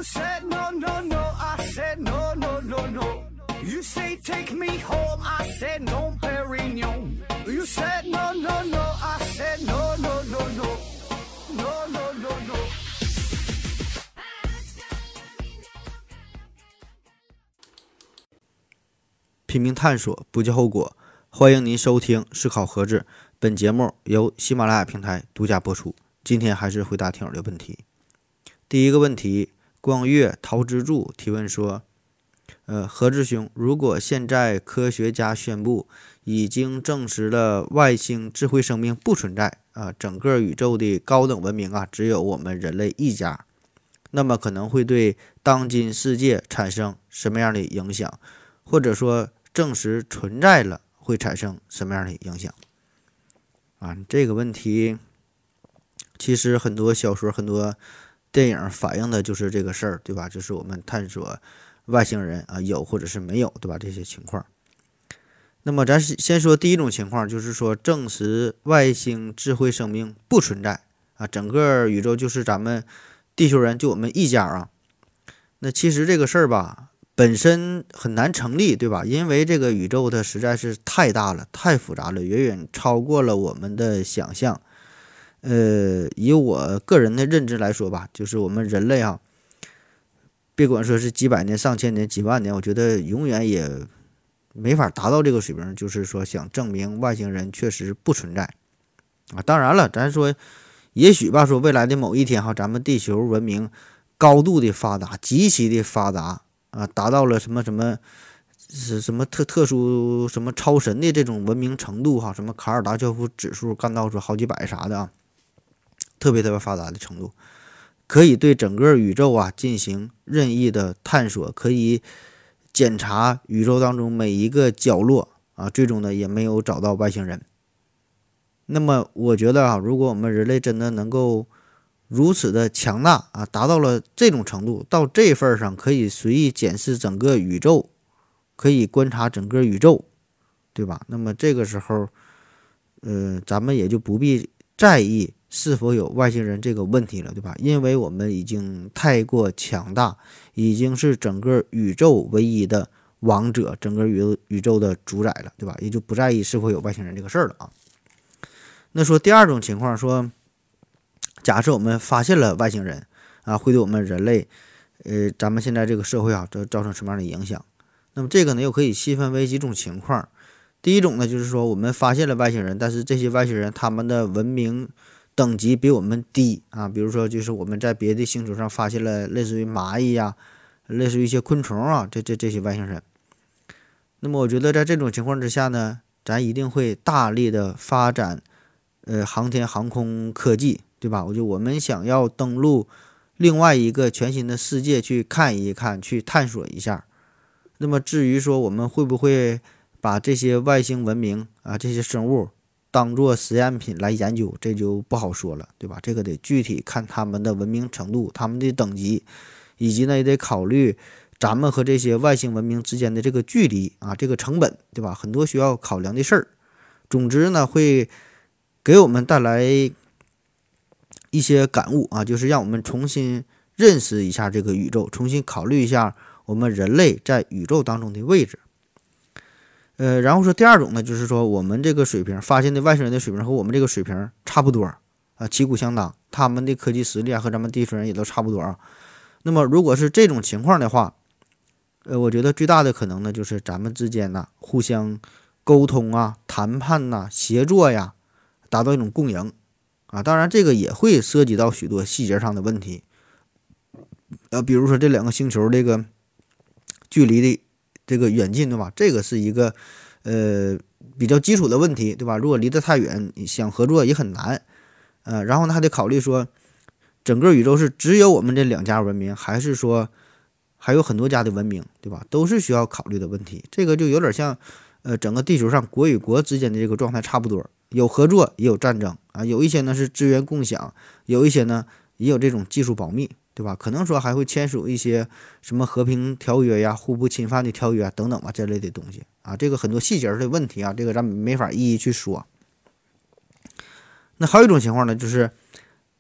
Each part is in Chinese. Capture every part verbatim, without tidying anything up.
said no no no, I said no no no no. You say take me home, I said no, Perignon. You said no no no, I said no no no no, no no no no. 拼命探索，不计后果。欢迎您收听思考盒子，本节目由喜马拉雅平台独家播出。今天还是回答听友的问题。第一个问题，光月陶之助提问说，呃，盒子兄，如果现在科学家宣布已经证实了外星智慧生命不存在啊，整个宇宙的高等文明啊只有我们人类一家，那么可能会对当今世界产生什么样的影响？或者说证实存在了会产生什么样的影响？啊，这个问题其实很多小说、很多电影反映的就是这个事儿，对吧？就是我们探索外星人啊有或者是没有，对吧？这些情况。那么咱先说第一种情况，就是说证实外星智慧生命不存在啊，整个宇宙就是咱们地球人就我们一家啊。那其实这个事儿吧，本身很难成立，对吧？因为这个宇宙它实在是太大了，太复杂了，远远超过了我们的想象。呃，以我个人的认知来说吧，就是我们人类啊，别管说是几百年、上千年、几万年，我觉得永远也没法达到这个水平，就是说想证明外星人确实不存在啊。当然了，咱说也许吧，说未来的某一天哈，咱们地球文明高度的发达，极其的发达啊，达到了什么什么是什么特特殊什么超神的这种文明程度哈，什么卡尔达肖夫指数干到说好几百啥的啊，特别特别发达的程度，可以对整个宇宙啊进行任意的探索，可以检查宇宙当中每一个角落啊，最终呢也没有找到外星人。那么我觉得啊，如果我们人类真的能够如此的强大啊，达到了这种程度，到这份上可以随意检视整个宇宙，可以观察整个宇宙，对吧？那么这个时候，呃，咱们也就不必在意是否有外星人这个问题了，对吧？因为我们已经太过强大，已经是整个宇宙唯一的王者，整个宇宇宙的主宰了，对吧？也就不在意是否有外星人这个事儿了啊。那说第二种情况，说假设我们发现了外星人啊，会对我们人类，呃，咱们现在这个社会啊，这造成什么样的影响？那么这个呢，又可以细分为几种情况。第一种呢，就是说我们发现了外星人，但是这些外星人他们的文明等级比我们低啊，比如说就是我们在别的星球上发现了类似于蚂蚁呀、啊，类似于一些昆虫啊，这这这些外星人。那么我觉得在这种情况之下呢，咱一定会大力的发展呃航天航空科技，对吧？我就我们想要登陆另外一个全新的世界去看一看，去探索一下。那么至于说我们会不会把这些外星文明啊，这些生物当做实验品来研究，这就不好说了，对吧？这个得具体看他们的文明程度、他们的等级，以及呢也得考虑咱们和这些外星文明之间的这个距离啊，这个成本，对吧？很多需要考量的事儿。总之呢，会给我们带来一些感悟啊，就是让我们重新认识一下这个宇宙，重新考虑一下我们人类在宇宙当中的位置。呃，然后说第二种呢，就是说我们这个水平发现的外星人的水平和我们这个水平差不多啊，旗鼓相当，他们的科技实力啊和咱们地球人也都差不多啊。那么如果是这种情况的话，呃，我觉得最大的可能呢，就是咱们之间呢互相沟通啊、谈判呐、啊、协作呀，达到一种共赢啊。当然，这个也会涉及到许多细节上的问题，呃，比如说这两个星球这个距离的这个远近，对吧？这个是一个呃比较基础的问题，对吧？如果离得太远，想合作也很难。呃，然后呢还得考虑说，整个宇宙是只有我们这两家文明，还是说还有很多家的文明，对吧？都是需要考虑的问题。这个就有点像呃整个地球上国与国之间的这个状态差不多，有合作也有战争啊，有一些呢是资源共享，有一些呢也有这种技术保密，对吧？可能说还会签署一些什么和平条约呀、互不侵犯的条约啊等等吧，这类的东西啊，这个很多细节的问题啊，这个咱没法一一去说。那还有一种情况呢，就是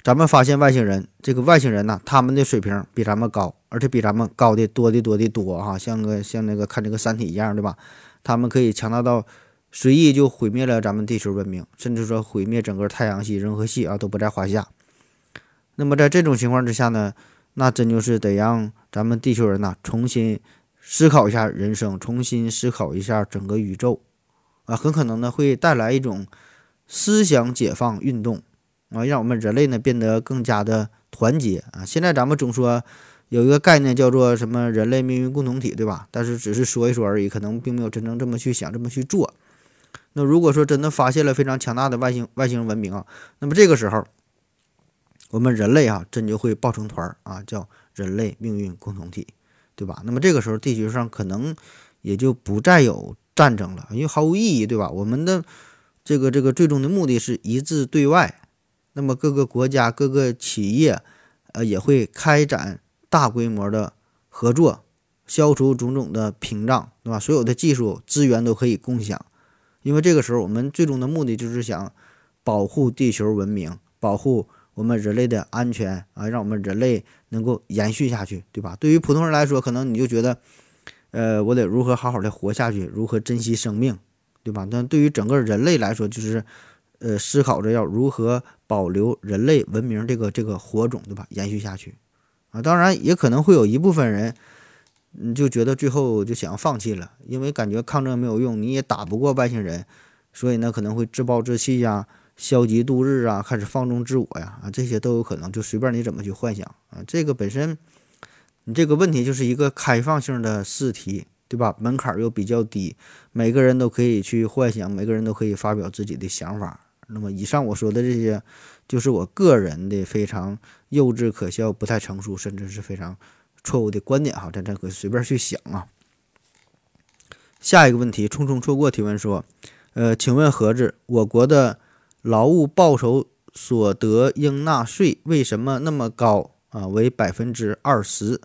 咱们发现外星人，这个外星人呢，他们的水平比咱们高，而且比咱们高的多的多的多哈，像个像那个看这个《三体》一样，对吧？他们可以强大到随意就毁灭了咱们地球文明，甚至说毁灭整个太阳系、银河系啊，都不在话下。那么在这种情况之下呢，那真就是得让咱们地球人呐重新思考一下人生，重新思考一下整个宇宙啊，很可能呢会带来一种思想解放运动啊，让我们人类呢变得更加的团结啊。现在咱们总说有一个概念叫做什么人类命运共同体，对吧？但是只是说一说而已，可能并没有真正这么去想，这么去做。那如果说真的发现了非常强大的外星外星文明啊，那么这个时候我们人类啊真就会抱成团啊，叫人类命运共同体，对吧？那么这个时候地球上可能也就不再有战争了，因为毫无意义，对吧？我们的这个这个最终的目的是一致对外，那么各个国家各个企业呃也会开展大规模的合作，消除种种的屏障，对吧？所有的技术资源都可以共享，因为这个时候我们最终的目的就是想保护地球文明，保护我们人类的安全啊，让我们人类能够延续下去，对吧？对于普通人来说，可能你就觉得呃我得如何好好的活下去，如何珍惜生命，对吧？但对于整个人类来说，就是呃思考着要如何保留人类文明这个这个火种，对吧？延续下去啊。当然也可能会有一部分人你就觉得最后就想要放弃了，因为感觉抗争没有用，你也打不过外星人，所以呢可能会自暴自弃呀，消极度日啊，开始放纵自我呀，啊，这些都有可能，就随便你怎么去幻想啊。这个本身，你这个问题就是一个开放性的试题，对吧？门槛又比较低，每个人都可以去幻想，每个人都可以发表自己的想法。那么以上我说的这些，就是我个人的非常幼稚、可笑、不太成熟，甚至是非常错误的观点哈，咱咱可以随便去想啊。下一个问题，匆匆错过提问说，呃，请问盒子，我国的劳务报酬所得应纳税为什么那么高啊？为百分之二十。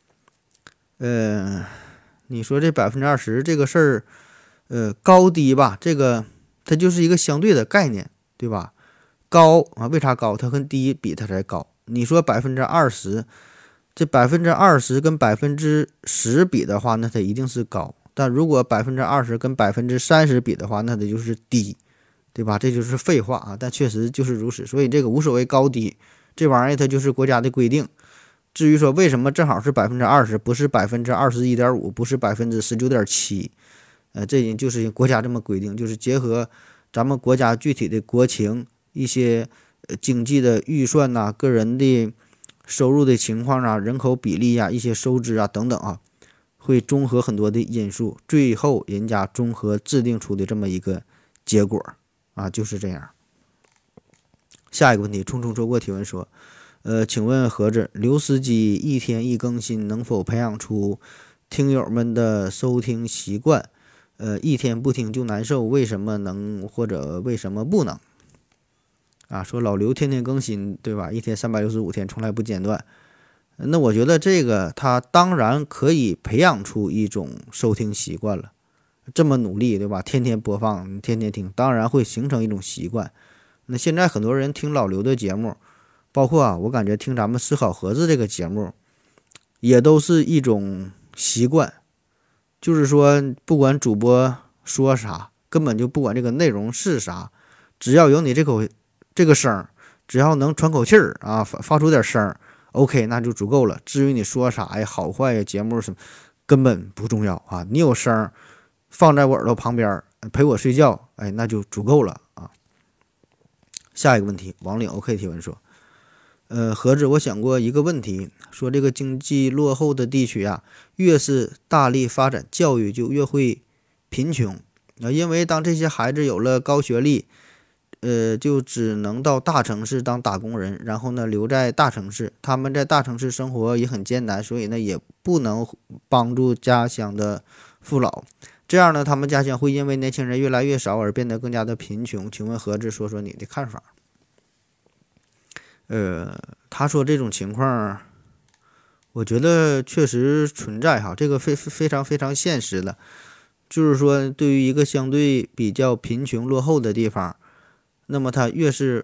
呃，你说这百分之二十这个事儿，呃，高低吧，这个它就是一个相对的概念，对吧？高啊，为啥高？它跟低比它才高。你说百分之二十，这百分之二十跟百分之十比的话，那它一定是高。但如果百分之二十跟百分之三十比的话，那它就是低。对吧？这就是废话啊，但确实就是如此，所以这个无所谓高低，这玩意儿它就是国家的规定。至于说为什么正好是百分之二十，不是百分之二十一点五，不是百分之十九点七，呃，这就是国家这么规定，就是结合咱们国家具体的国情、一些呃经济的预算呐、个人的收入的情况啊、人口比例呀、一些收支啊等等啊，会综合很多的因素，最后人家综合制定出的这么一个结果。啊，就是这样。下一个问题，匆匆错过提问说，呃，请问盒子，刘司机一天一更新能否培养出听友们的收听习惯？呃，一天不听就难受，为什么能或者为什么不能？啊，说老刘天天更新，对吧？一天三百六十五天，从来不间断。那我觉得这个他当然可以培养出一种收听习惯了。这么努力，对吧？天天播放，天天听，当然会形成一种习惯。那现在很多人听老刘的节目，包括啊，我感觉听咱们思考盒子这个节目，也都是一种习惯。就是说，不管主播说啥，根本就不管这个内容是啥，只要有你这口这个声，只要能喘口气儿啊，发发出点声 ，OK， 那就足够了。至于你说啥呀，好坏呀，节目什么，根本不重要啊。你有声放在我耳朵旁边陪我睡觉，哎，那就足够了啊。下一个问题，王岭 OK 提问说，呃，盒子，我想过一个问题，说这个经济落后的地区啊，越是大力发展教育，就越会贫穷啊，因为当这些孩子有了高学历，呃，就只能到大城市当打工人，然后呢留在大城市，他们在大城市生活也很艰难，所以呢也不能帮助家乡的父老。这样呢，他们家乡会因为年轻人越来越少而变得更加的贫穷。请问盒子，说说你的看法？呃，他说这种情况，我觉得确实存在哈，这个非非常非常现实的，就是说，对于一个相对比较贫穷落后的地方，那么它越是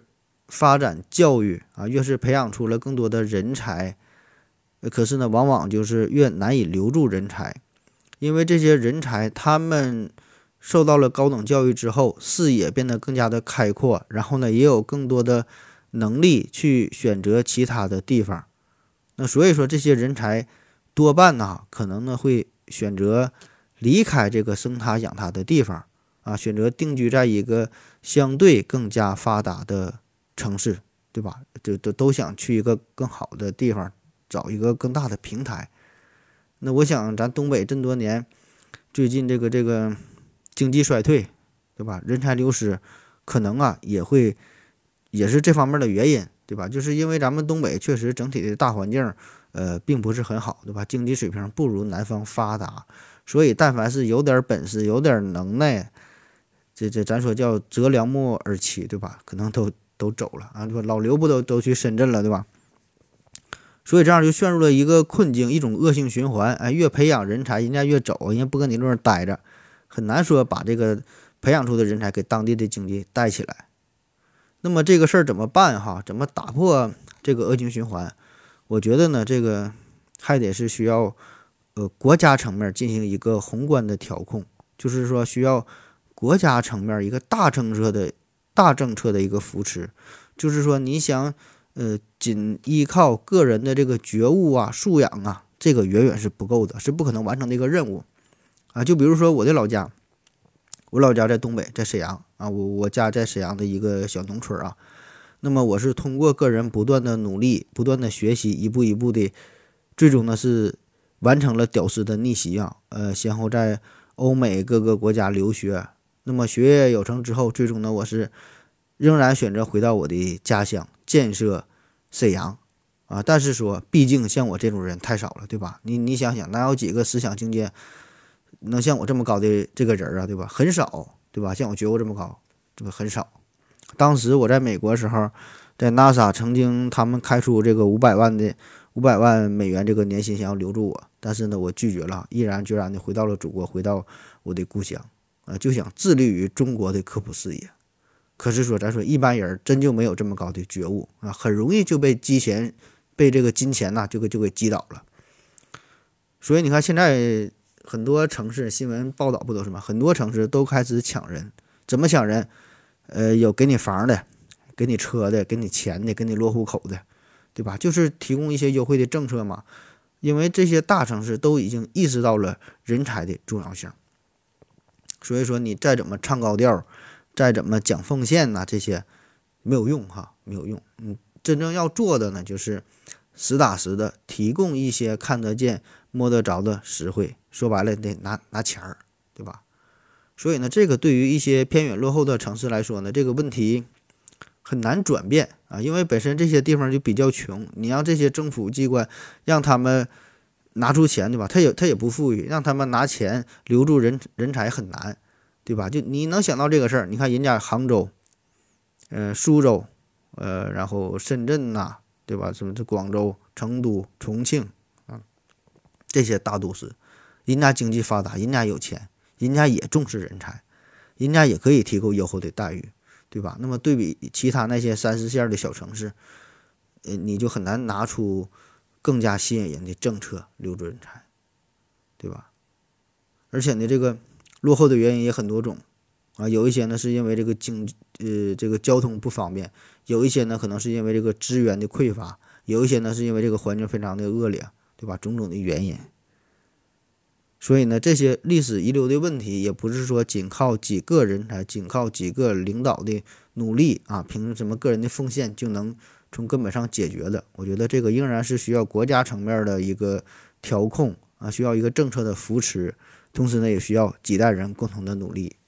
发展教育啊，越是培养出了更多的人才，可是呢，往往就是越难以留住人才，因为这些人才他们受到了高等教育之后，视野变得更加的开阔，然后呢，也有更多的能力去选择其他的地方。那所以说，这些人才多半呢，可能呢会选择离开这个生他养他的地方啊，选择定居在一个相对更加发达的城市，对吧？就都都想去一个更好的地方，找一个更大的平台。那我想，咱东北这么多年，最近这个这个经济衰退，对吧？人才流失，可能啊也会也是这方面的原因，对吧？就是因为咱们东北确实整体的大环境，呃，并不是很好，对吧？经济水平不如南方发达，所以但凡是有点本事、有点能耐，这这咱说叫择良木而栖，对吧？可能都都走了啊，对吧？老刘不都都去深圳了，对吧？所以这样就陷入了一个困境，一种恶性循环。哎，越培养人才，人家越走，人家不跟你那儿待着，很难说把这个培养出的人才给当地的经济带起来。那么这个事儿怎么办哈？怎么打破这个恶性循环？我觉得呢，这个还得是需要呃国家层面进行一个宏观的调控，就是说需要国家层面一个大政策的大政策的一个扶持，就是说你想呃仅依靠个人的这个觉悟啊、素养啊，这个远远是不够的，是不可能完成的一个任务啊。就比如说我的老家。我老家在东北，在沈阳啊，我我家在沈阳的一个小农村啊。那么我是通过个人不断的努力、不断的学习，一步一步的，最终呢是完成了屌丝的逆袭啊。呃，先后在欧美各个国家留学。那么学业有成之后，最终呢我是仍然选择回到我的家乡，建设沈阳啊。但是说，毕竟像我这种人太少了，对吧？你你想想，哪有几个思想境界能像我这么高的这个人啊，对吧？很少，对吧？像我觉悟这么高，这个很少。当时我在美国的时候，在 NASA 曾经他们开出这个五百万的五百万美元这个年薪，想要留住我，但是呢，我拒绝了，毅然决然的回到了祖国，回到我的故乡啊、呃，就想致力于中国的科普事业。可是说，咱说一般人真就没有这么高的觉悟啊，很容易就被金钱被这个金钱呐、啊，就给就给击倒了。所以你看现在。很多城市新闻报道不都是吗？很多城市都开始抢人，怎么抢人？呃，有给你房的，给你车的，给你钱的，给你落户口的，对吧？就是提供一些优惠的政策嘛。因为这些大城市都已经意识到了人才的重要性，所以说你再怎么唱高调，再怎么讲奉献呐、啊，这些没有用哈，没有用。嗯，真正要做的呢，就是实打实的提供一些看得见、摸得着的实惠。说白了得拿拿钱儿，对吧？所以呢，这个对于一些偏远落后的城市来说呢，这个问题很难转变啊，因为本身这些地方就比较穷，你让这些政府机关让他们拿出钱，对吧？他也他也不富裕，让他们拿钱留住人人才很难，对吧？就你能想到这个事儿，你看人家杭州，呃，苏州，呃，然后深圳呐、啊，对吧？什么这广州、成都、重庆啊，这些大都市。人家经济发达，人家有钱，人家也重视人才，人家也可以提供优厚的待遇，对吧？那么对比其他那些三四线的小城市，呃，你就很难拿出更加吸引人的政策留住人才，对吧？而且呢，这个落后的原因也很多种啊，有一些呢是因为这个经呃这个交通不方便，有一些呢可能是因为这个资源的匮乏，有一些呢是因为这个环境非常的恶劣，对吧？种种的原因。所以呢，这些历史遗留的问题，也不是说仅靠几个人才、仅靠几个领导的努力啊，凭什么个人的奉献就能从根本上解决的。我觉得这个仍然是需要国家层面的一个调控啊，需要一个政策的扶持，同时呢，也需要几代人共同的努力。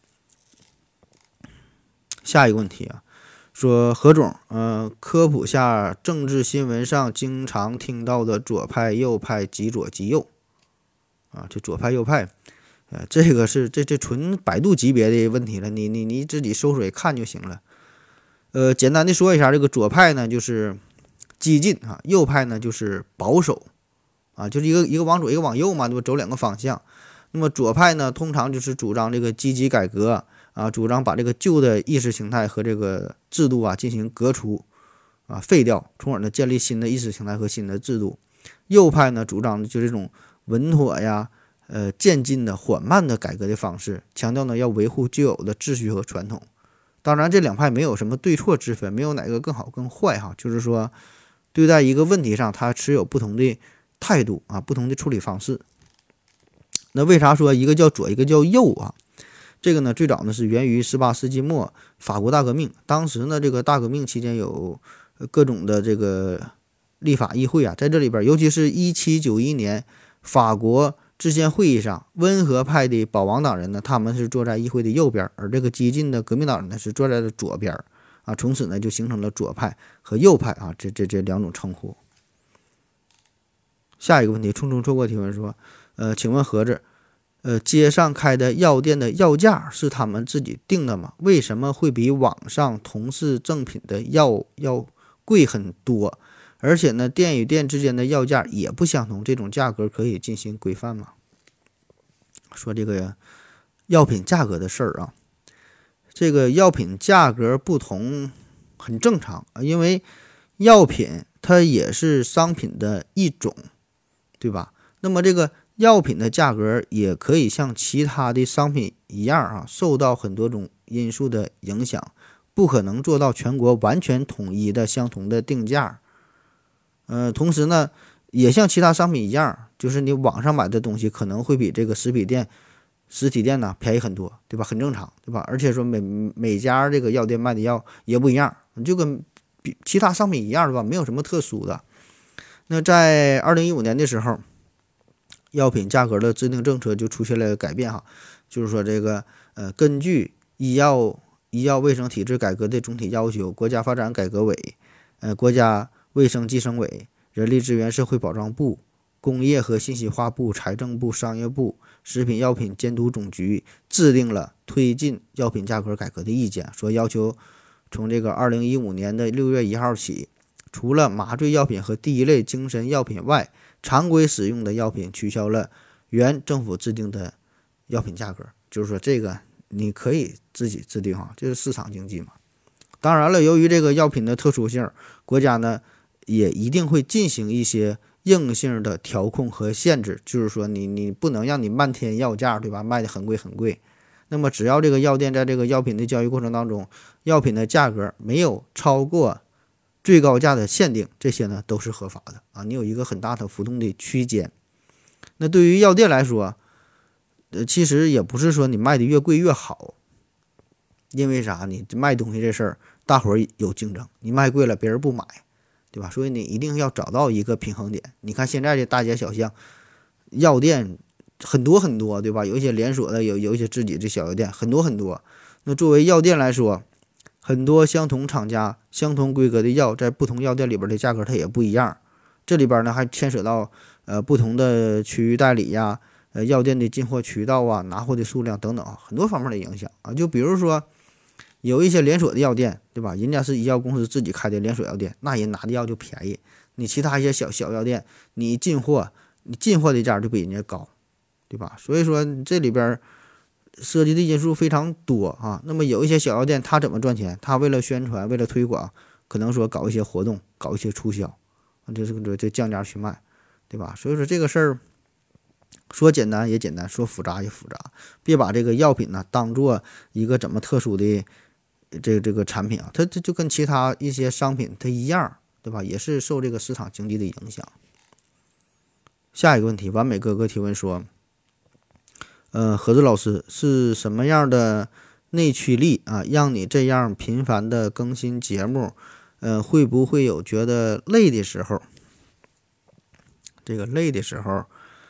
下一个问题啊，说何总，呃，科普下政治新闻上经常听到的左派、右派、极左、极右。啊，这左派右派，呃，这个是这这纯百度级别的问题了，你你你自己搜水看就行了。呃，简单的说一下，这个左派呢就是激进啊，右派呢就是保守啊，就是一个一个往左一个往右嘛，对吧？走两个方向。那么左派呢，通常就是主张这个积极改革啊，主张把这个旧的意识形态和这个制度啊进行革除啊废掉，从而呢建立新的意识形态和新的制度。右派呢主张的就这种稳妥呀、呃渐进的缓慢的改革的方式，强调呢要维护旧有的秩序和传统。当然，这两派没有什么对错之分，没有哪个更好更坏哈，就是说对待一个问题上，他持有不同的态度啊，不同的处理方式。那为啥说一个叫左，一个叫右啊？这个呢，最早呢是源于十八世纪末法国大革命。当时呢，这个大革命期间有各种的这个立法议会啊，在这里边，尤其是一七九一年法国制宪会议上，温和派的保王党人呢，他们是坐在议会的右边，而这个激进的革命党人呢是坐在了左边啊。从此呢，就形成了左派和右派啊，这这这两种称呼。下一个问题，匆匆错过提问说，呃，请问盒子，呃，街上开的药店的药价是他们自己定的吗？为什么会比网上同是正品的药要贵很多？而且呢，店与店之间的药价也不相同，这种价格可以进行规范吗？说这个药品价格的事儿啊，这个药品价格不同很正常啊，因为药品它也是商品的一种，对吧？那么这个药品的价格也可以像其他的商品一样啊，受到很多种因素的影响，不可能做到全国完全统一的相同的定价。呃，同时呢，也像其他商品一样，就是你网上买的东西可能会比这个实体店、实体店呢便宜很多，对吧？很正常，对吧？而且说每每家这个药店卖的药也不一样，就跟比其他商品一样，对吧？没有什么特殊的。那在二零一五年的时候，药品价格的制定政策就出现了改变哈，就是说这个呃，根据医药医药卫生体制改革的总体要求，国家发展改革委、呃国家卫生计生委、人力资源社会保障部、工业和信息化部、财政部、商业部、食品药品监督总局制定了推进药品价格改革的意见，说要求从这个二零一五年的六月一号起，除了麻醉药品和第一类精神药品外，常规使用的药品取消了原政府制定的药品价格。就是说这个你可以自己制定哈，这是市场经济嘛。当然了，由于这个药品的特殊性，国家呢也一定会进行一些硬性的调控和限制，就是说你你不能让你漫天要价，对吧？卖的很贵很贵。那么只要这个药店在这个药品的交易过程当中，药品的价格没有超过最高价的限定，这些呢都是合法的啊。你有一个很大的浮动的区间。那对于药店来说，呃，其实也不是说你卖的越贵越好，因为啥？你卖东西这事儿，大伙儿有竞争，你卖贵了别人不买，对吧？所以你一定要找到一个平衡点。你看现在的大街小巷，药店很多很多，对吧？有一些连锁的，有有一些自己的小药店，很多很多。那作为药店来说，很多相同厂家、相同规格的药，在不同药店里边的价格它也不一样。这里边呢还牵扯到呃不同的区域代理呀、呃药店的进货渠道啊、拿货的数量等等很多方面的影响啊。就比如说有一些连锁的药店，对吧？人家是医药公司自己开的连锁药店，那人拿的药就便宜。你其他一些小小药店，你进货，你进货的价就比人家高，对吧？所以说这里边涉及的因素非常多啊。那么有一些小药店，他怎么赚钱？他为了宣传，为了推广，可能说搞一些活动，搞一些促销，这这个这降价去卖，对吧？所以说这个事儿说简单也简单，说复杂也复杂。别把这个药品呢当做一个怎么特殊的这个这个产品啊，它这就跟其他一些商品它一样，对吧？也是受这个市场经济的影响。下一个问题，完美哥哥提问说，呃，何子老师是什么样的内驱力啊，让你这样频繁的更新节目？呃，会不会有觉得累的时候？这个累的时候，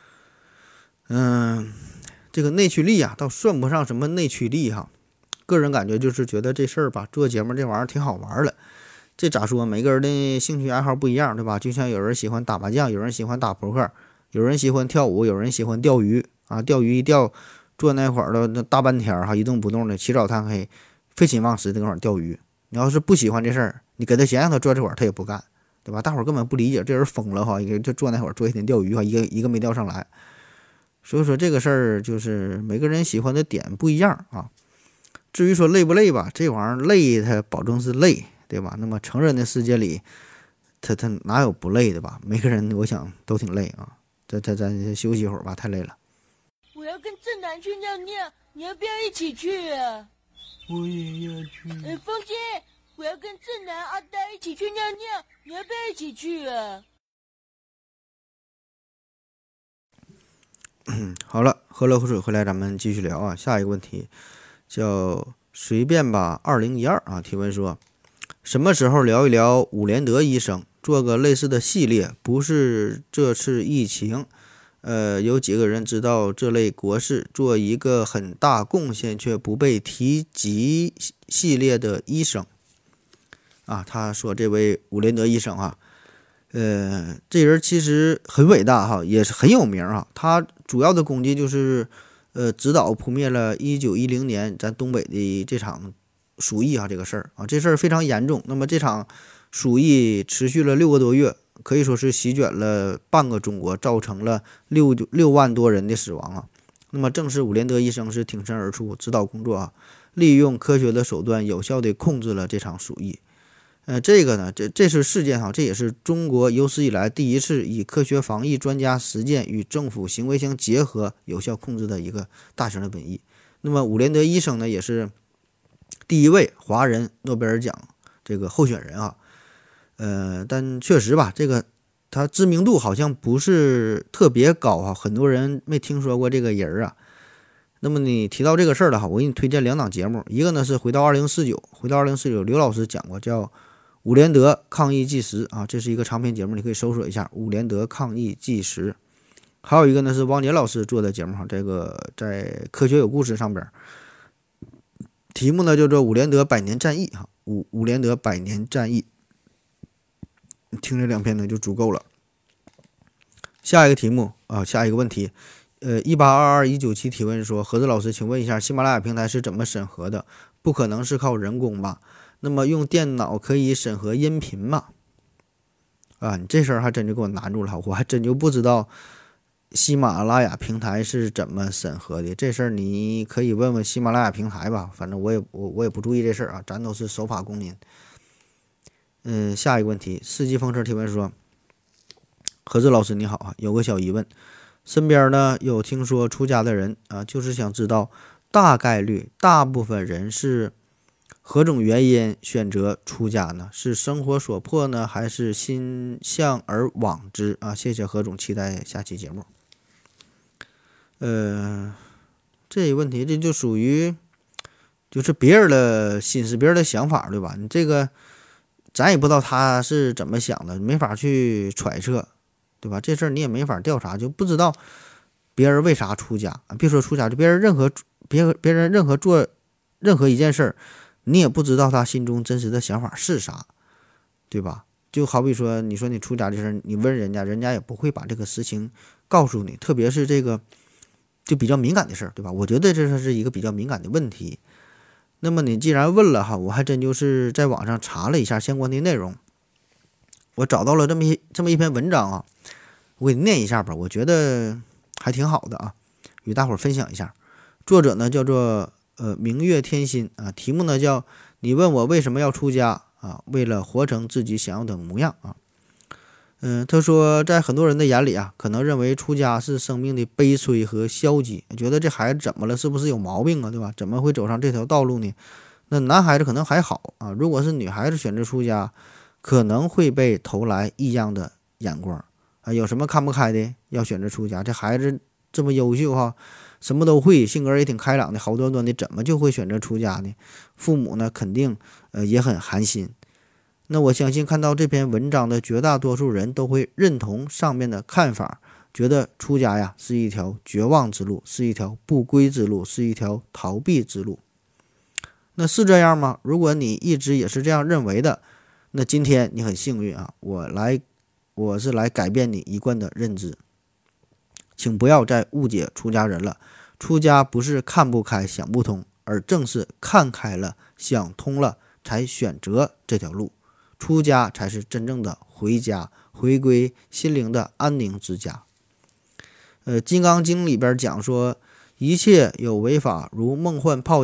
嗯、呃，这个内驱力啊，倒算不上什么内驱力哈。个人感觉就是觉得这事儿吧，做节目这玩意儿挺好玩的。这咋说？每个人的兴趣爱好不一样，对吧？就像有人喜欢打麻将，有人喜欢打扑克，有人喜欢跳舞，有人喜欢钓鱼啊。钓鱼一钓，坐那会儿的那大半天哈，一动不动的，起早贪黑，废寝忘食的那会儿钓鱼。你要是不喜欢这事儿，你给他钱让他坐这会儿，他也不干，对吧？大伙儿根本不理解，这人疯了哈，一个就坐那会儿坐一天钓鱼哈，一个一个没钓上来。所以说这个事儿就是每个人喜欢的点不一样啊。 至于说累不累吧，这玩意儿累它保证是累，对吧？那么成人的世界里，他他哪有不累的吧？每个人我想都挺累啊。咱咱咱休息一会儿吧，太累了。 我要跟正南去尿尿，你要不要一起去啊？ 我也要去。 呃，风姐，我要跟正南、阿呆一起去尿尿，你要不要一起去啊？ 嗯，好了，喝了口水回来，咱们继续聊啊。下一个问题叫随便吧二零一二啊，提问说，什么时候聊一聊伍连德医生，做个类似的系列？不是这次疫情，呃，有几个人知道这类国事，做一个很大贡献却不被提及系列的医生啊？他说这位伍连德医生啊。呃，这人其实很伟大哈，也是很有名哈。他主要的功绩就是，呃，指导扑灭了一九一零年咱东北的这场鼠疫啊，这个事儿啊，这事儿非常严重。那么这场鼠疫持续了六个多月，可以说是席卷了半个中国，造成了六六万多人的死亡啊。那么正是伍连德医生是挺身而出，指导工作啊，利用科学的手段，有效地控制了这场鼠疫。呃，这个呢，这这是事件哈，这也是中国有史以来第一次以科学防疫专家实践与政府行为相结合，有效控制的一个大型的瘟疫。那么伍连德医生呢，也是第一位华人诺贝尔奖这个候选人啊。呃，但确实吧，这个他知名度好像不是特别高啊，很多人没听说过这个人啊。那么你提到这个事儿了哈，我给你推荐两档节目，一个呢是回到二零四九，回到二零四九，刘老师讲过，叫伍连德抗疫纪实啊，这是一个长篇节目，你可以搜索一下伍连德抗疫纪实。还有一个呢是汪杰老师做的节目哈，这个在科学有故事上边，题目呢叫做伍连德百年战役哈，伍伍连德百年战役，你听这两篇呢就足够了。下一个题目啊，下一个问题，呃，一八二二一九七提问说，何子老师，请问一下，喜马拉雅平台是怎么审核的？不可能是靠人工吧？那么用电脑可以审核音频吗？啊，你这事儿还真就给我难住了，我还真就不知道喜马拉雅平台是怎么审核的。这事儿你可以问问喜马拉雅平台吧，反正我也我我也不注意这事儿啊，咱都是守法公民。嗯，下一个问题，四季风车提问说，何志老师你好啊，有个小疑问，身边呢有听说出家的人啊，就是想知道大概率大部分人是何种原因选择出家呢？是生活所迫呢，还是心向而往之啊？谢谢何总，期待下期节目。呃，这个问题这就属于就是别人的心思，别人的想法，对吧？你这个咱也不知道他是怎么想的，没法去揣测，对吧？这事儿你也没法调查，就不知道别人为啥出家啊？别说出家，就别人任何别别人任何做任何一件事儿。你也不知道他心中真实的想法是啥，对吧？就好比说，你说你出家这事儿，你问人家，人家也不会把这个实情告诉你，特别是这个就比较敏感的事儿，对吧？我觉得这是一个比较敏感的问题。那么你既然问了哈，我还真就是在网上查了一下相关的内容，我找到了这么一这么一篇文章啊，我给你念一下吧，我觉得还挺好的啊，与大伙儿分享一下。作者呢叫做呃，明月天心啊，题目呢叫你问我为什么要出家啊？为了活成自己想要的模样啊。嗯、呃，他说，在很多人的眼里啊，可能认为出家是生命的悲催和消极，觉得这孩子怎么了？是不是有毛病啊？对吧？怎么会走上这条道路呢？那男孩子可能还好啊，如果是女孩子选择出家，可能会被投来异样的眼光啊。有什么看不开的？要选择出家？这孩子这么优秀哈。什么都会，性格也挺开朗的，好端端的，怎么就会选择出家呢？父母呢，肯定呃也很寒心。那我相信看到这篇文章的绝大多数人都会认同上面的看法，觉得出家呀是一条绝望之路，是一条不归之路，是一条逃避之路。那是这样吗？如果你一直也是这样认为的，那今天你很幸运啊，我来，我是来改变你一贯的认知。请不要再误解出家人了，出家不是看不开想不通，而正是看开了想通了才选择这条路，出家才是真正的回家，回归心灵的安宁之家。呃，《金刚经》里边讲说，一切有为法如梦幻泡影，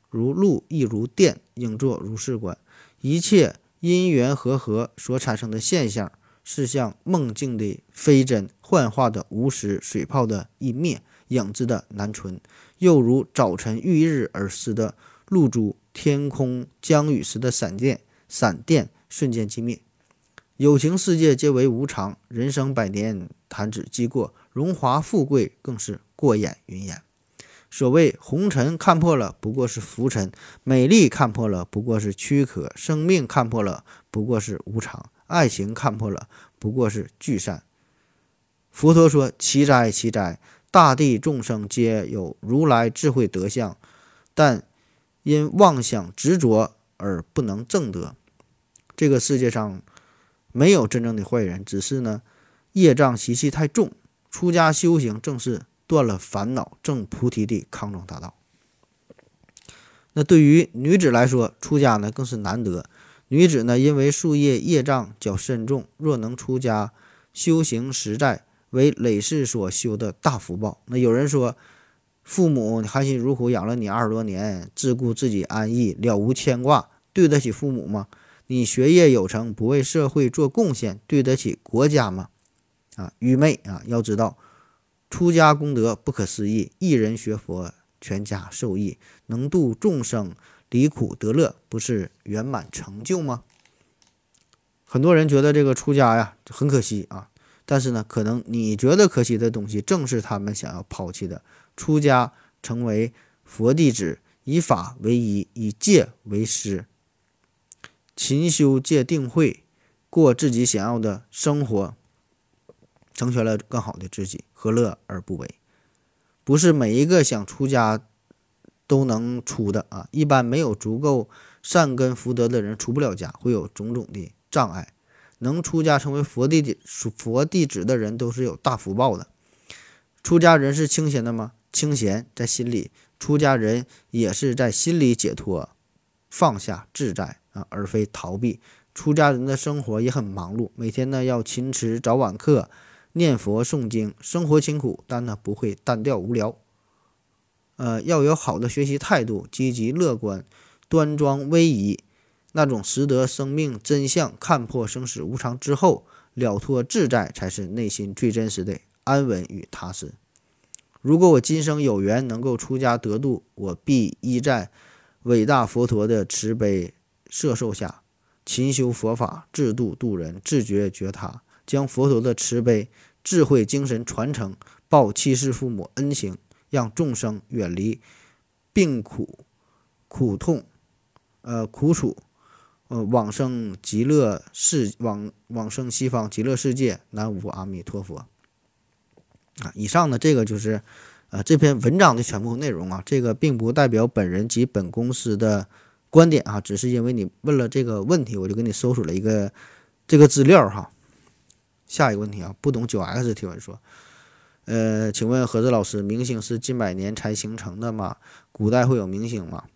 如露亦如电，应作如是观。一切因缘和合所产生的现象，是像梦境的非真，幻化的无实，水泡的一灭，影子的难存，又如早晨遇日而失的露珠，天空将雨时的闪电，闪电瞬间即灭。有情世界皆为无常，人生百年弹指即过，荣华富贵更是过眼云烟。所谓红尘看破了不过是浮尘，美丽看破了不过是躯壳，生命看破了不过是无常，爱情看破了不过是聚散。佛陀说：奇哉奇哉，大地众生皆有如来智慧德相，但因妄想执着而不能证得。这个世界上没有真正的坏人，只是呢业障习气太重。出家修行正是断了烦恼，证菩提的康庄大道。那对于女子来说，出家呢更是难得。女子呢因为树业业障较深重，若能出家修行实在，为累世所修的大福报。那有人说，父母含辛茹苦养了你二十多年，自顾自己安逸，了无牵挂，对得起父母吗？你学业有成，不为社会做贡献，对得起国家吗？啊，愚昧啊！要知道，出家功德不可思议，一人学佛，全家受益，能度众生，离苦得乐，不是圆满成就吗？很多人觉得这个出家呀很可惜啊，但是呢，可能你觉得可惜的东西，正是他们想要抛弃的。出家成为佛弟子，以法为依，以戒为师，勤修戒定慧，过自己想要的生活，成全了更好的自己，何乐而不为？不是每一个想出家都能出的啊，一般没有足够善根福德的人出不了家，会有种种的障碍。能出家成为佛弟子佛弟子的人都是有大福报的。出家人是清闲的吗？清闲在心里，出家人也是在心里解脱，放下自在啊，而非逃避。出家人的生活也很忙碌，每天呢要勤持早晚课，念佛诵经，生活辛苦，但呢不会单调无聊。呃，要有好的学习态度，积极乐观，端庄威仪，那种识得生命真相，看破生死无常之后，了脱自在，才是内心最真实的安稳与踏实。如果我今生有缘能够出家得度，我必依在伟大佛陀的慈悲摄受下，勤修佛法，自度度人，自觉觉他，将佛陀的慈悲智慧精神传承，报七世父母恩情，让众生远离病苦苦痛呃苦楚，呃往生极乐世往往生西方极乐世界。南无阿弥陀佛。啊，以上呢这个就是呃这篇文章的全部内容啊，这个并不代表本人及本公司的观点啊，只是因为你问了这个问题，我就给你搜索了一个这个资料哈。下一个问题啊，不懂 九 X 提问说，呃，请问何子老师，明星是近百年才形成的吗？古代会有明星吗？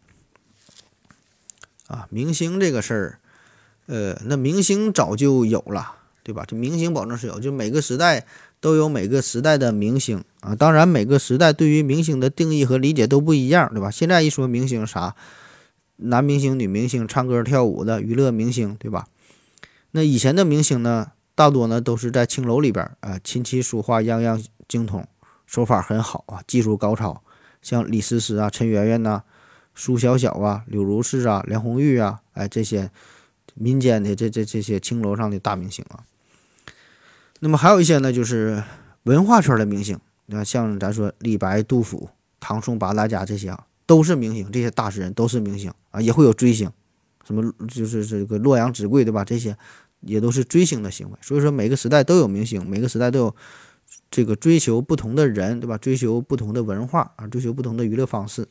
啊，明星这个事儿，呃，那明星早就有了，对吧？这明星保证是有，就每个时代都有每个时代的明星啊。当然，每个时代对于明星的定义和理解都不一样，对吧？现在一说明星啥，男明星、女明星，唱歌跳舞的娱乐明星，对吧？那以前的明星呢，大多呢都是在青楼里边啊、呃，琴棋书画样样精通，手法很好啊，技术高超，像李师师啊、陈圆圆呐、苏小小啊、柳如是啊、梁红玉啊，哎，这些民间的这这这些青楼上的大明星啊。那么还有一些呢，就是文化圈的明星，那像咱说李白、杜甫、唐宋八大家这些啊，都是明星，这些大诗人都是明星啊，也会有追星，什么就是这个洛阳纸贵，对吧？这些也都是追星的行为。所以说每个时代都有明星，每个时代都有这个追求不同的人，对吧？追求不同的文化啊，追求不同的娱乐方式。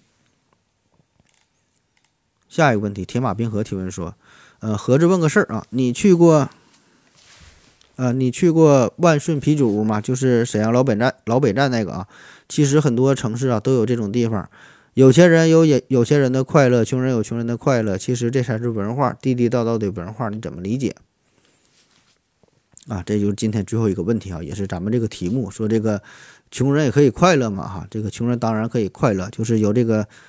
下一个问题，铁马冰河提问说，呃，合着问个事儿啊，你去过，呃，你去过万顺啤酒屋吗？就是沈阳老北站老北站那个啊。其实很多城市啊都有这种地方，有钱人有也有钱人的快乐，穷人有穷人的快乐。其实这才是文化，地地道道的文化，你怎么理解？啊，这就是今天最后一个问题啊，也是咱们这个题目说这个穷人也可以快乐嘛哈，这个穷人当然可以快乐，就是有这个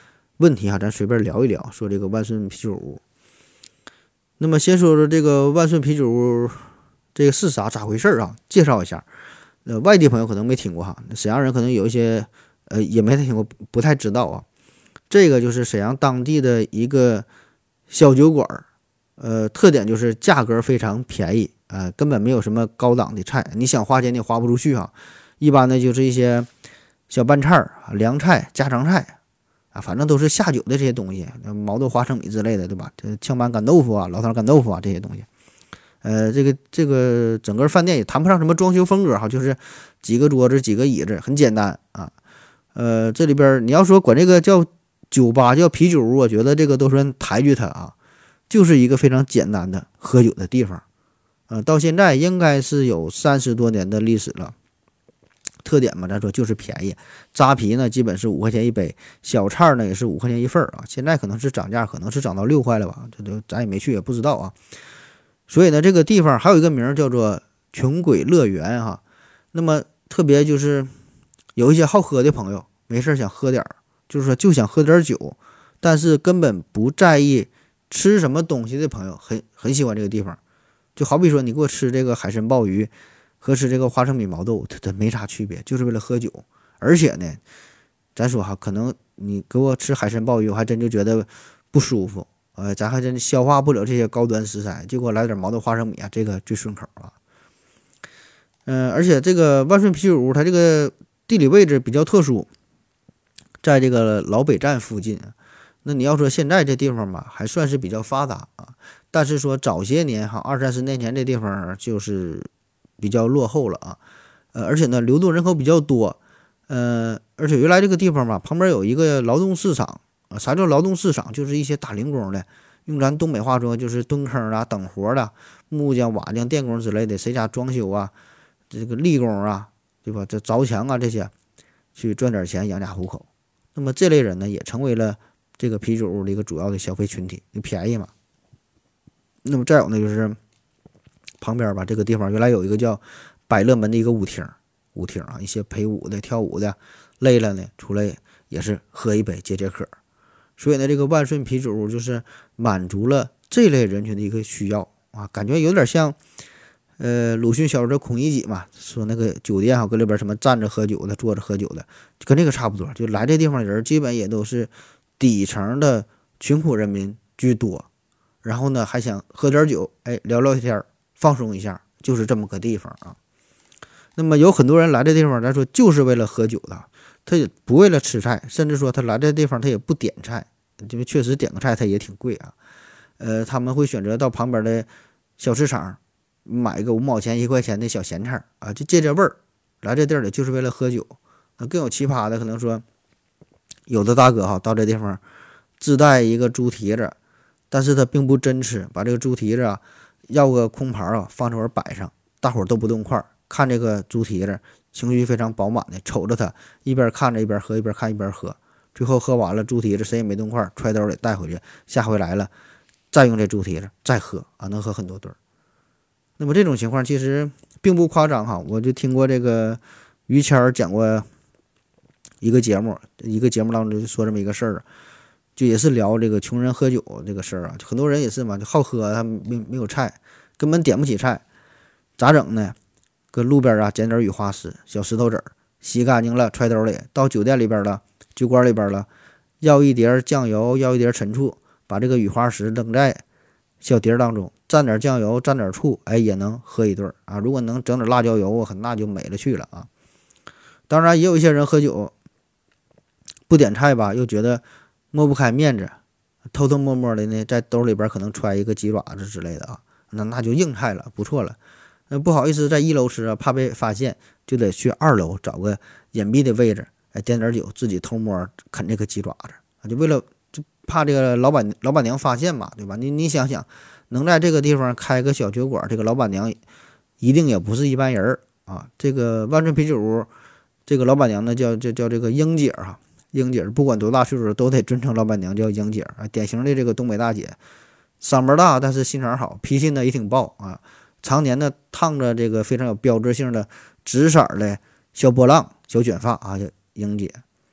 问题哈，咱随便聊一聊，说这个万顺啤酒屋。那么先说说这个万顺啤酒屋，这个是啥咋回事啊？介绍一下。呃，外地朋友可能没听过哈，沈阳人可能有一些呃也没太听过，不太知道啊。这个就是沈阳当地的一个小酒馆，呃，特点就是价格非常便宜，呃，根本没有什么高档的菜，你想花钱你花不出去哈。一般的就是一些小拌菜儿、凉菜、家常菜啊，反正都是下酒的这些东西，毛豆花生米之类的，对吧？这炝拌干豆腐啊、老坛干豆腐啊这些东西。呃，这个这个整个饭店也谈不上什么装修风格哈，就是几个桌子、几个椅子，很简单啊。呃，这里边你要说管这个叫酒吧、叫啤酒屋，我觉得这个都算抬举它啊，就是一个非常简单的喝酒的地方。呃，到现在应该是有三十多年的历史了。特点嘛，咱说就是便宜，扎啤呢基本是五块钱一杯，小菜呢也是五块钱一份啊。现在可能是涨价，可能是涨到六块了吧，这都咱也没去也不知道啊。所以呢，这个地方还有一个名叫做穷鬼乐园哈。那么特别就是有一些好喝的朋友，没事想喝点儿，就是说就想喝点酒，但是根本不在意吃什么东西的朋友，很很喜欢这个地方。就好比说你给我吃这个海参鲍鱼和吃这个花生米毛豆，它它没啥区别，就是为了喝酒。而且呢，咱说哈，可能你给我吃海参鲍鱼，我还真就觉得不舒服。呃，咱还真消化不了这些高端食材，就给我来点毛豆花生米啊，这个最顺口啊。嗯、呃，而且这个万顺啤酒屋它这个地理位置比较特殊，在这个老北站附近。那你要说现在这地方吧，还算是比较发达啊，但是说早些年哈，二三十年前这地方就是比较落后了啊。呃，而且呢，流动人口比较多。呃，而且原来这个地方吧，旁边有一个劳动市场。啥叫劳动市场？就是一些打零工的，用咱东北话说就是蹲坑啊、等活的，木匠、瓦匠、电工之类的，谁家装修啊，这个力工啊，对吧？这凿墙啊这些，去赚点钱养家糊口。那么这类人呢，也成为了这个啤酒屋的一个主要的消费群体，便宜嘛。那么再有呢，就是旁边吧，这个地方原来有一个叫百乐门的一个舞厅，舞厅啊，一些陪舞的、跳舞的，累了呢出来也是喝一杯解解渴。所以呢，这个万顺啤酒屋就是满足了这类人群的一个需要啊，感觉有点像，呃，鲁迅小说的《孔乙己》嘛，说那个酒店哈，搁里边什么站着喝酒的、坐着喝酒的，跟这个差不多。就来这地方的人，基本也都是底层的穷苦人民居多，然后呢，还想喝点酒，哎，聊聊天，放松一下，就是这么个地方啊。那么有很多人来这地方，咱说就是为了喝酒的。他也不为了吃菜，甚至说他来这地方他也不点菜，因为确实点个菜他也挺贵啊。呃，他们会选择到旁边的小市场买个五毛钱一块钱的小咸菜啊，就借这味儿。来这地儿里就是为了喝酒。那更有奇葩的，可能说有的大哥哈到这地方自带一个猪蹄子，但是他并不真吃，把这个猪蹄子啊要个空盘啊放这会儿摆上，大伙儿都不动筷，看这个猪蹄子。情绪非常饱满的瞅着他，一边看着一边喝，一边看一边喝，最后喝完了猪蹄子谁也没动筷，揣兜里带回去，下回来了再用这猪蹄子再喝啊，能喝很多顿。那么这种情况其实并不夸张哈，我就听过这个于谦讲过一个节目，一个节目当中就说这么一个事儿，就也是聊这个穷人喝酒这个事儿啊，很多人也是嘛，就好喝，他没没有菜，根本点不起菜，咋整呢？搁路边啊捡点雨花石、小石头子儿，洗干净了揣兜里，到酒店里边了、酒馆里边了，要一碟酱油，要一碟陈醋，把这个雨花石扔在小碟当中，蘸点酱油，蘸点醋，哎，也能喝一顿啊。如果能整点辣椒油，那就美了去了啊。当然，也有一些人喝酒不点菜吧，又觉得抹不开面子，偷偷摸摸的呢，在兜里边可能揣一个鸡爪子之类的啊，那那就硬菜了，不错了。呃，不好意思，在一楼吃啊，怕被发现，就得去二楼找个隐蔽的位置，哎，点点酒，自己偷摸啃这个鸡爪子啊，就为了就怕这个老板老板娘发现嘛，对吧？你你想想，能在这个地方开个小酒馆，这个老板娘一定也不是一般人啊。这个万顺啤酒屋，这个老板娘呢叫叫叫这个英姐哈、啊，英姐不管多大岁数都得尊称老板娘叫英姐啊，典型的这个东北大姐，嗓门大，但是心肠好，脾气呢也挺暴啊。常年的烫着这个非常有标志性的紫色的小波浪小卷发啊，叫英姐。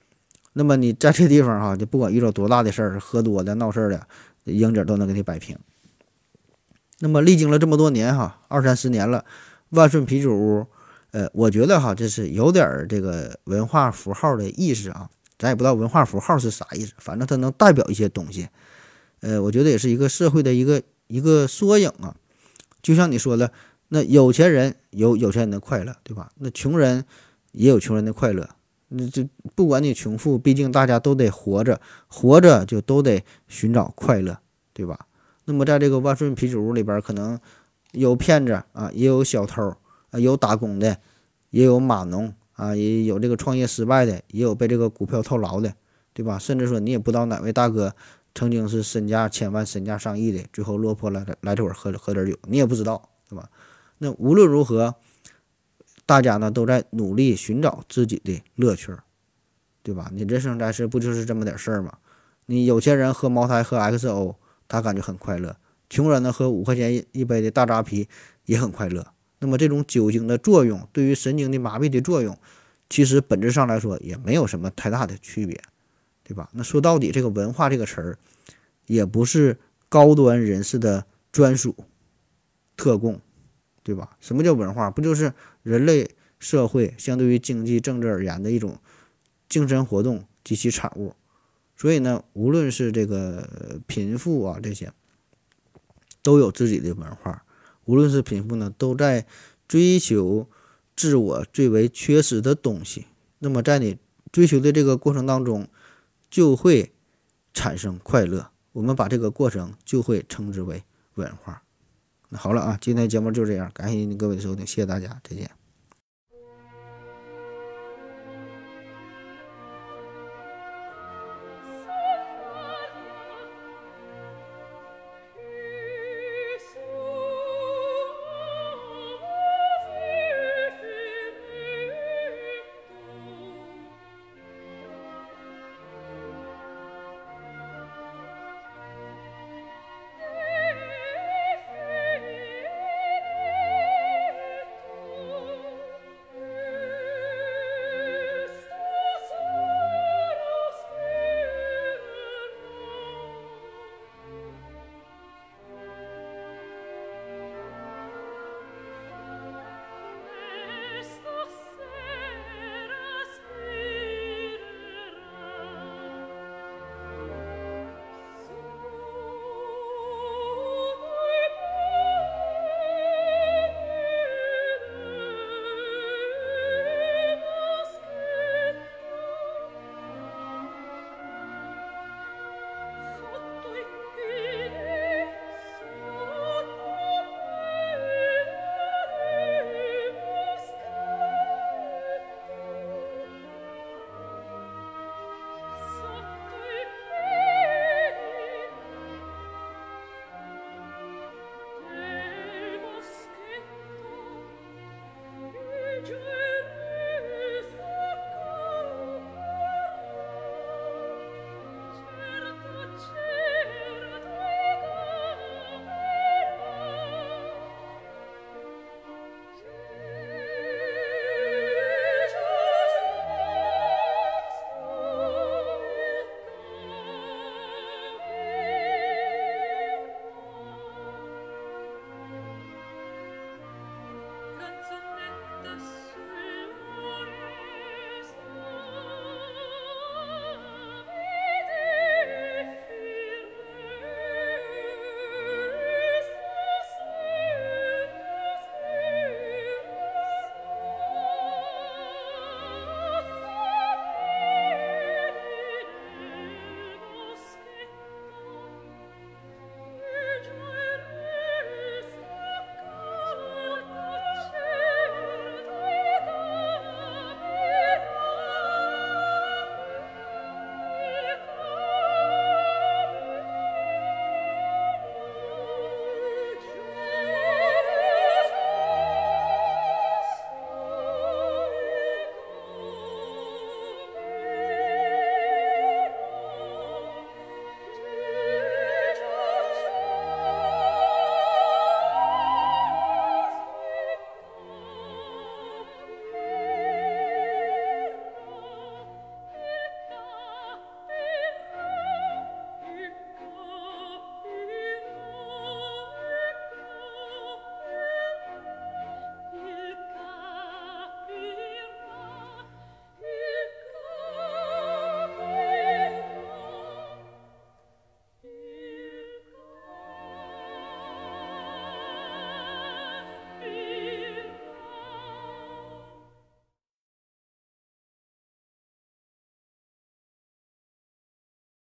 那么你在这地方哈，就不管遇到多大的事儿，喝多的、闹事儿的，英姐都能给你摆平。那么历经了这么多年哈，二三十年了，万顺啤酒屋，呃，我觉得哈，这是有点这个文化符号的意思啊，咱也不知道文化符号是啥意思，反正它能代表一些东西。呃，我觉得也是一个社会的一个一个缩影啊。就像你说的，那有钱人有有钱人的快乐，对吧？那穷人也有穷人的快乐。那这不管你穷富，毕竟大家都得活着，活着就都得寻找快乐，对吧？那么在这个万顺啤酒屋里边，可能有骗子啊，也有小偷啊，有打工的，也有码农啊，也有这个创业失败的，也有被这个股票套牢的，对吧？甚至说你也不知道哪位大哥曾经是身价千万、身价上亿的，最后落魄了来这会儿喝喝点酒，你也不知道，对吧？那无论如何，大家呢都在努力寻找自己的乐趣，对吧？你人生在世不就是这么点事儿吗？你有钱人喝茅台喝 X O， 他感觉很快乐；穷人呢喝五块钱一杯的大扎啤也很快乐。那么这种酒精的作用对于神经的麻痹的作用，其实本质上来说也没有什么太大的区别，对吧？那说到底，这个文化这个词儿也不是高端人士的专属特供，对吧？什么叫文化？不就是人类社会相对于经济政治而言的一种精神活动及其产物？所以呢，无论是这个贫富啊，这些都有自己的文化。无论是贫富呢，都在追求自我最为缺失的东西。那么在你追求的这个过程当中，就会产生快乐。我们把这个过程就会称之为文化。那好了啊，今天节目就这样，感谢各位的收听，谢谢大家，再见。